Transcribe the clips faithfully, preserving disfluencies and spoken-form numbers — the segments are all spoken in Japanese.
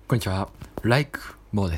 こんにちは。Like Mo です。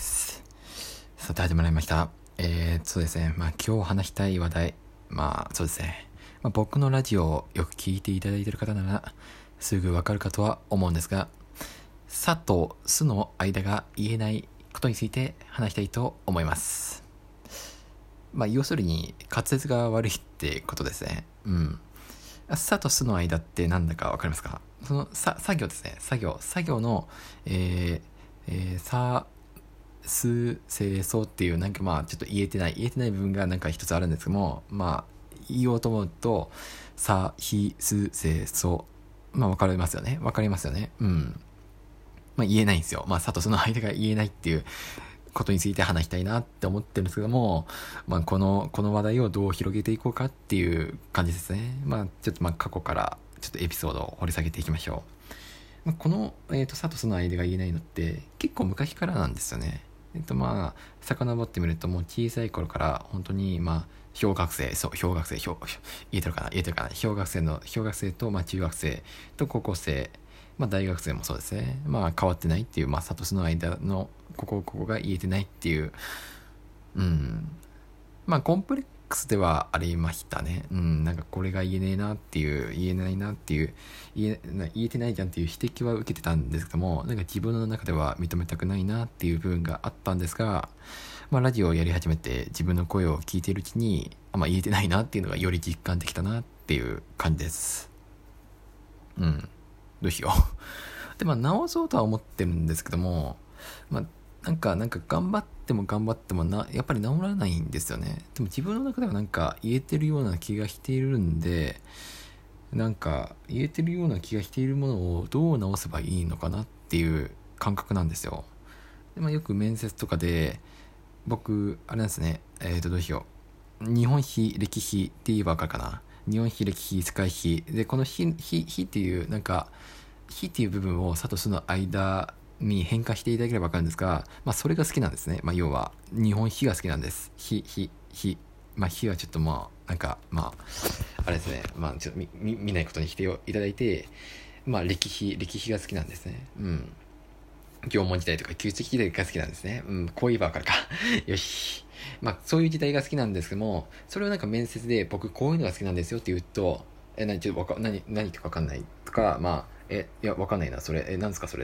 さて始まりました。えー、そうですね。まあ今日話したい話題。まあそうですね。まあ、僕のラジオをよく聞いていただいている方ならすぐわかるかとは思うんですが、さとすの間が言えないことについて話したいと思います。まあ要するに滑舌が悪いってことですね。うん。さとすの間ってなんだかわかりますか？そのさ作業ですね。作業。作業の、えーえー、さ、す、せ、そっていうなんかまあちょっと言えてない言えてない部分がなんか一つあるんですけども、まあ言おうと思うとさ、ひ、す、せ、そ、まあわかりますよね。わかりますよね。うん。まあ言えないんですよ。まあさとその間が言えないっていうことについて話したいなって思ってるんですけども、まあこのこの話題をどう広げていこうかっていう感じですね。まあちょっとまあ過去からちょっとエピソードを掘り下げていきましょう。まあ、この、えーと、さとその間が言えないのって結構昔からなんですよね。えっとまあ遡ってみるともう小さい頃から本当にまあ小学生そう小学生小言えてるかな言えてるかな小学生の小学生とまあ中学生と高校生、まあ大学生もそうですね。まあ変わってないっていうまあさとその間のここここが言えてないっていううんまあコンプレックスではありましたね。うんなんかこれが言えねえなっていう言えないなっていう言えな言えてないじゃんっていう指摘は受けてたんですけども、なんか自分の中では認めたくないなっていう部分があったんですが、まあラジオをやり始めて自分の声を聞いているうちにあまあ言えてないなっていうのがより実感できたなっていう感じです。うんどうしようでまあ直そうとは思ってるんですけども、まあなんかなんか頑張っても頑張ってもなやっぱり治らないんですよね。でも自分の中ではなんか言えてるような気がしているんで、なんか言えてるような気がしているものをどう直せばいいのかなっていう感覚なんですよ。で、まあ、よく面接とかで僕あれなんですね。えーとどうしよう日本史歴史って言えばわかるかな。日本史歴史世界史でこの史史史っていうなんか火っていう部分をサとスの間に変化していただければ分かるんですが、まあ、それが好きなんですね。まあ、要は日本火が好きなんです。火火火まあ火はちょっとまあなんかまああれですね。まあちょっと見見見ないことにしていただいて、まあ歴史歴史が好きなんですね。うん縄文時代とか旧石器時代が好きなんですね。うん、こう言えばわかるか。よし。まあ、そういう時代が好きなんですけども、それをなんか面接で僕こういうのが好きなんですよって言うと、え、何、ちょっとわか、何、何ってかわかんないとか、まあ、え、いや、わかんないな、それ、え、なんですかそれって。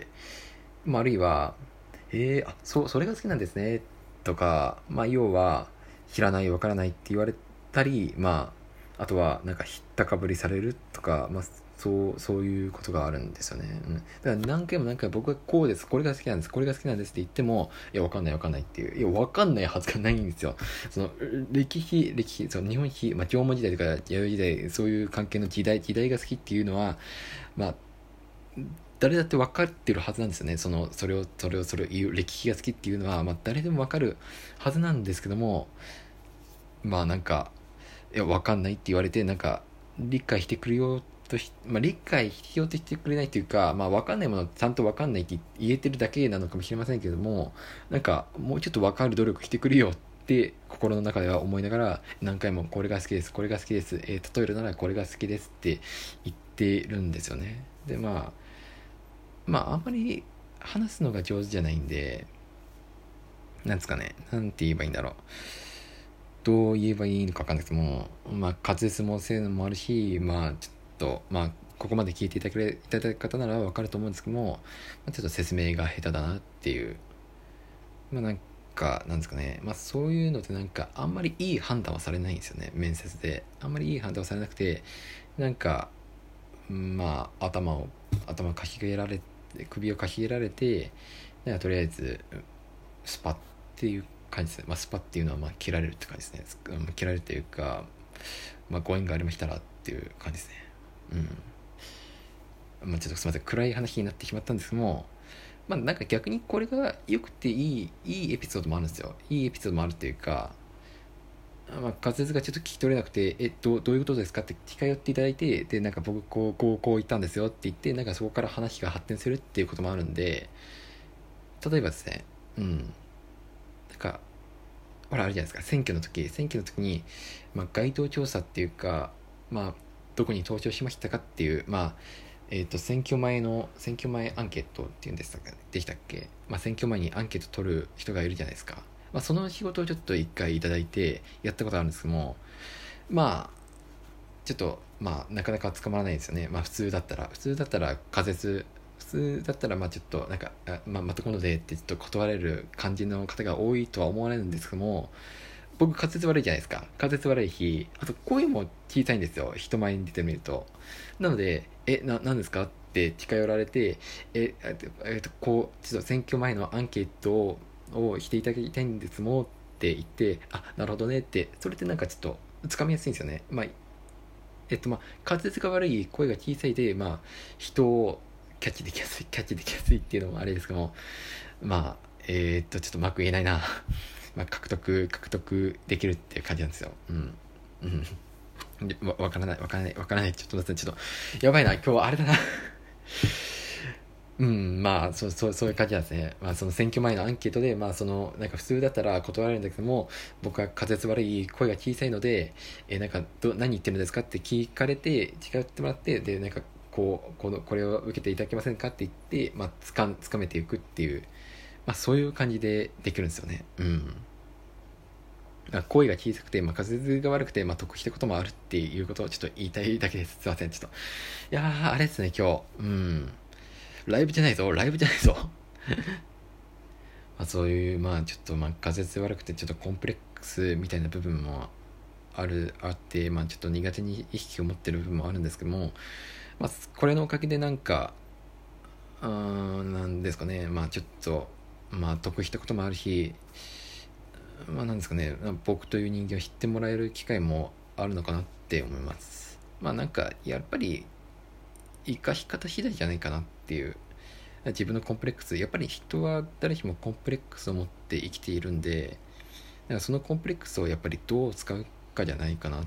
まあ、あるいは、えー、あ、そう、それが好きなんですね、とか、まあ、要は、知らない、わからないって言われたり、まあ、あとは、なんか、ひったかぶりされるとか、まあ、そう、そういうことがあるんですよね。うん。だから何回も何回も僕はこうです、これが好きなんです、これが好きなんですって言っても、いや、わかんないわかんないっていう。いや、わかんないはずがないんですよ。その、歴史、歴史、その日本史、まあ、縄文時代とか弥生時代、そういう関係の時代、時代が好きっていうのは、まあ、誰だって分かってるはずなんですよね。その、それを、それを、それを言う、歴史が好きっていうのは、まあ、誰でも分かるはずなんですけども、まあ、なんか、いや、分かんないって言われて、なんか、理解してくれようとし、まあ、理解しようとしてくれないというか、まあ、分かんないものちゃんと分かんないって言えてるだけなのかもしれませんけども、なんか、もうちょっと分かる努力してくれよって、心の中では思いながら、何回もこれが好きです、これが好きです、えー、例えるならこれが好きですって言ってるんですよね。で、まあ、まああんまり話すのが上手じゃないんで、なんですかね、なんて言えばいいんだろう、どう言えばいいのか分かんなくても、まあ滑舌もせいのもあるし、まあちょっとまあここまで聞いていただけいただいた方なら分かると思うんですけども、まあ、ちょっと説明が下手だなっていう、まあなんかなんですかね、まあそういうのってなんかあんまりいい判断はされないんですよね。面接であんまりいい判断はされなくて、なんかまあ頭を頭かしげられて首をかしげられて、なんかとりあえずスパっていう感じですね。まあ、スパっていうのはまあ切られるって感じですね。切られるというか、まあ、ご縁がありましたらっていう感じですね。うん。まあ、ちょっとすみません。暗い話になってしまったんですけども、まあ、なんか逆にこれが良くていい、いいエピソードもあるんですよ。いいエピソードもあるっていうか、まあ、滑舌がちょっと聞き取れなくて、え、どう、どういうことですかって近寄っていただいて、で、なんか僕こう、こう、こう言ったんですよって言って、なんかそこから話が発展するっていうこともあるんで、例えばですね、うん。なんか、ほらあるじゃないですか、選挙の時選挙の時に、まあ、街頭調査っていうか、まあ、どこに投票しましたかっていう、まあえっ、と、選挙前の、選挙前アンケートっていうんでしたっけ、でしたっけ、まあ、選挙前にアンケート取る人がいるじゃないですか。まあ、その仕事をちょっと一回いただいてやったことあるんですけども、まあ、ちょっと、まあ、なかなか捕まらないんですよね。まあ、普通だったら、普通だったら仮説、普通だったら、まあ、ちょっと、なんか、あまあ、また今度でってちょっと断れる感じの方が多いとは思われるんですけども、僕滑舌悪いじゃないですか。滑舌悪いし、あと声も小さいんですよ、人前に出てみると。なので、えな何ですかって近寄られて、えええっとこうちょっと選挙前のアンケートををしていただきたいんですもんって言って、あ、なるほどねって、それってなんかちょっとつかみやすいんですよね。まあえっとまあ滑舌が悪い、声が小さいで、まあ人をキャッチできやすいキャッチできやすいっていうのもあれですけども、まあえー、っとちょっとうまく言えないな。まあ、獲得獲得できるっていう感じなんですよ。うんうん。でわわからないわからないわからない、ちょっと待って、ちょっとやばいな、今日あれだな。うん、まあそうそうそういう感じなんですね。まあその選挙前のアンケートで、まあそのなんか普通だったら断られるんだけども、僕は滑舌悪い、声が小さいので、えなんかど何言ってるんですかって聞かれて、近寄ってもらって、でなんかこうこのこれを受けていただけませんかって言って、まあつかんつかめていくっていう、まあそういう感じでできるんですよね。うん。声が小さくて、まあ、滑舌が悪くて、まあ、得したこともあるっていうことをちょっと言いたいだけです。すいません。ちょっと。いやー、あれですね、今日。うん。ライブじゃないぞ、ライブじゃないぞ。まあ、そういう、まあ、ちょっと、まあ、滑舌悪くて、ちょっとコンプレックスみたいな部分もある、あって、まあ、ちょっと苦手に意識を持ってる部分もあるんですけども、まあ、これのおかげでなんか、うーん、なんですかね、まあ、ちょっと、まあ、得したこともあるし、まあなんですかね、僕という人間を知ってもらえる機会もあるのかなって思います。まあなんかやっぱり生かし方次第じゃないかなっていう、自分のコンプレックス、やっぱり人は誰しもコンプレックスを持って生きているんで、だからそのコンプレックスをやっぱりどう使うかじゃないかなって、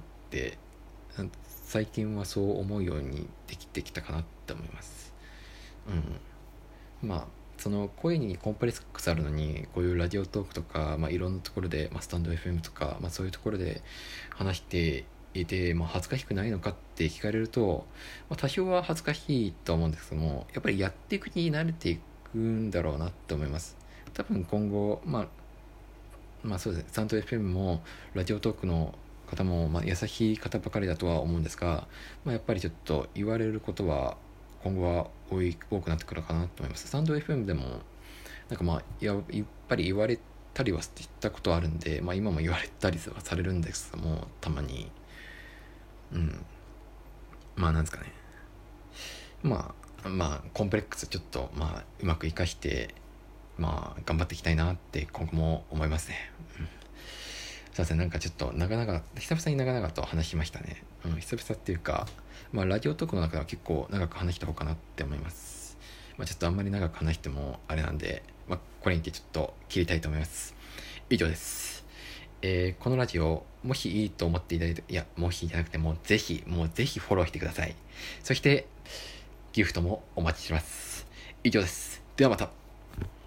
最近はそう思うようにできてきたかなって思います。うん。まあその声にコンプレックスあるのに、こういうラジオトークとか、まあ、いろんなところで、まあ、スタンド エフエム とか、まあ、そういうところで話していて、まあ、恥ずかしくないのかって聞かれると、まあ、多少は恥ずかしいと思うんですけども、やっぱりやっていくに慣れていくんだろうなって思います。多分今後、まあ、まあそうですね、スタンド エフエム もラジオトークの方も、まあ、優しい方ばかりだとは思うんですが、まあ、やっぱりちょっと言われることは今後は多い多くなってくるかなと思います。スタンド エフエム でもなんかまあややっぱり言われたりはしたことあるんで、まあ、今も言われたりはされるんですけども、たまに。うん。まあなんですかね、まあまあコンプレックスちょっとまあうまく生かして、まあ頑張っていきたいなって今後も思いますね。うん、すいません、なんかちょっと長々久々に長々と話しましたね。うん、久々っていうか、まあラジオトークの中では結構長く話した方かなって思います。まあちょっとあんまり長く話してもあれなんで、まあこれにてちょっと切りたいと思います。以上です。えーこのラジオもしいいと思っていただいて、いやもしじゃなくてもうぜひもうぜひフォローしてください。そしてギフトもお待ちしてます。以上です。ではまた。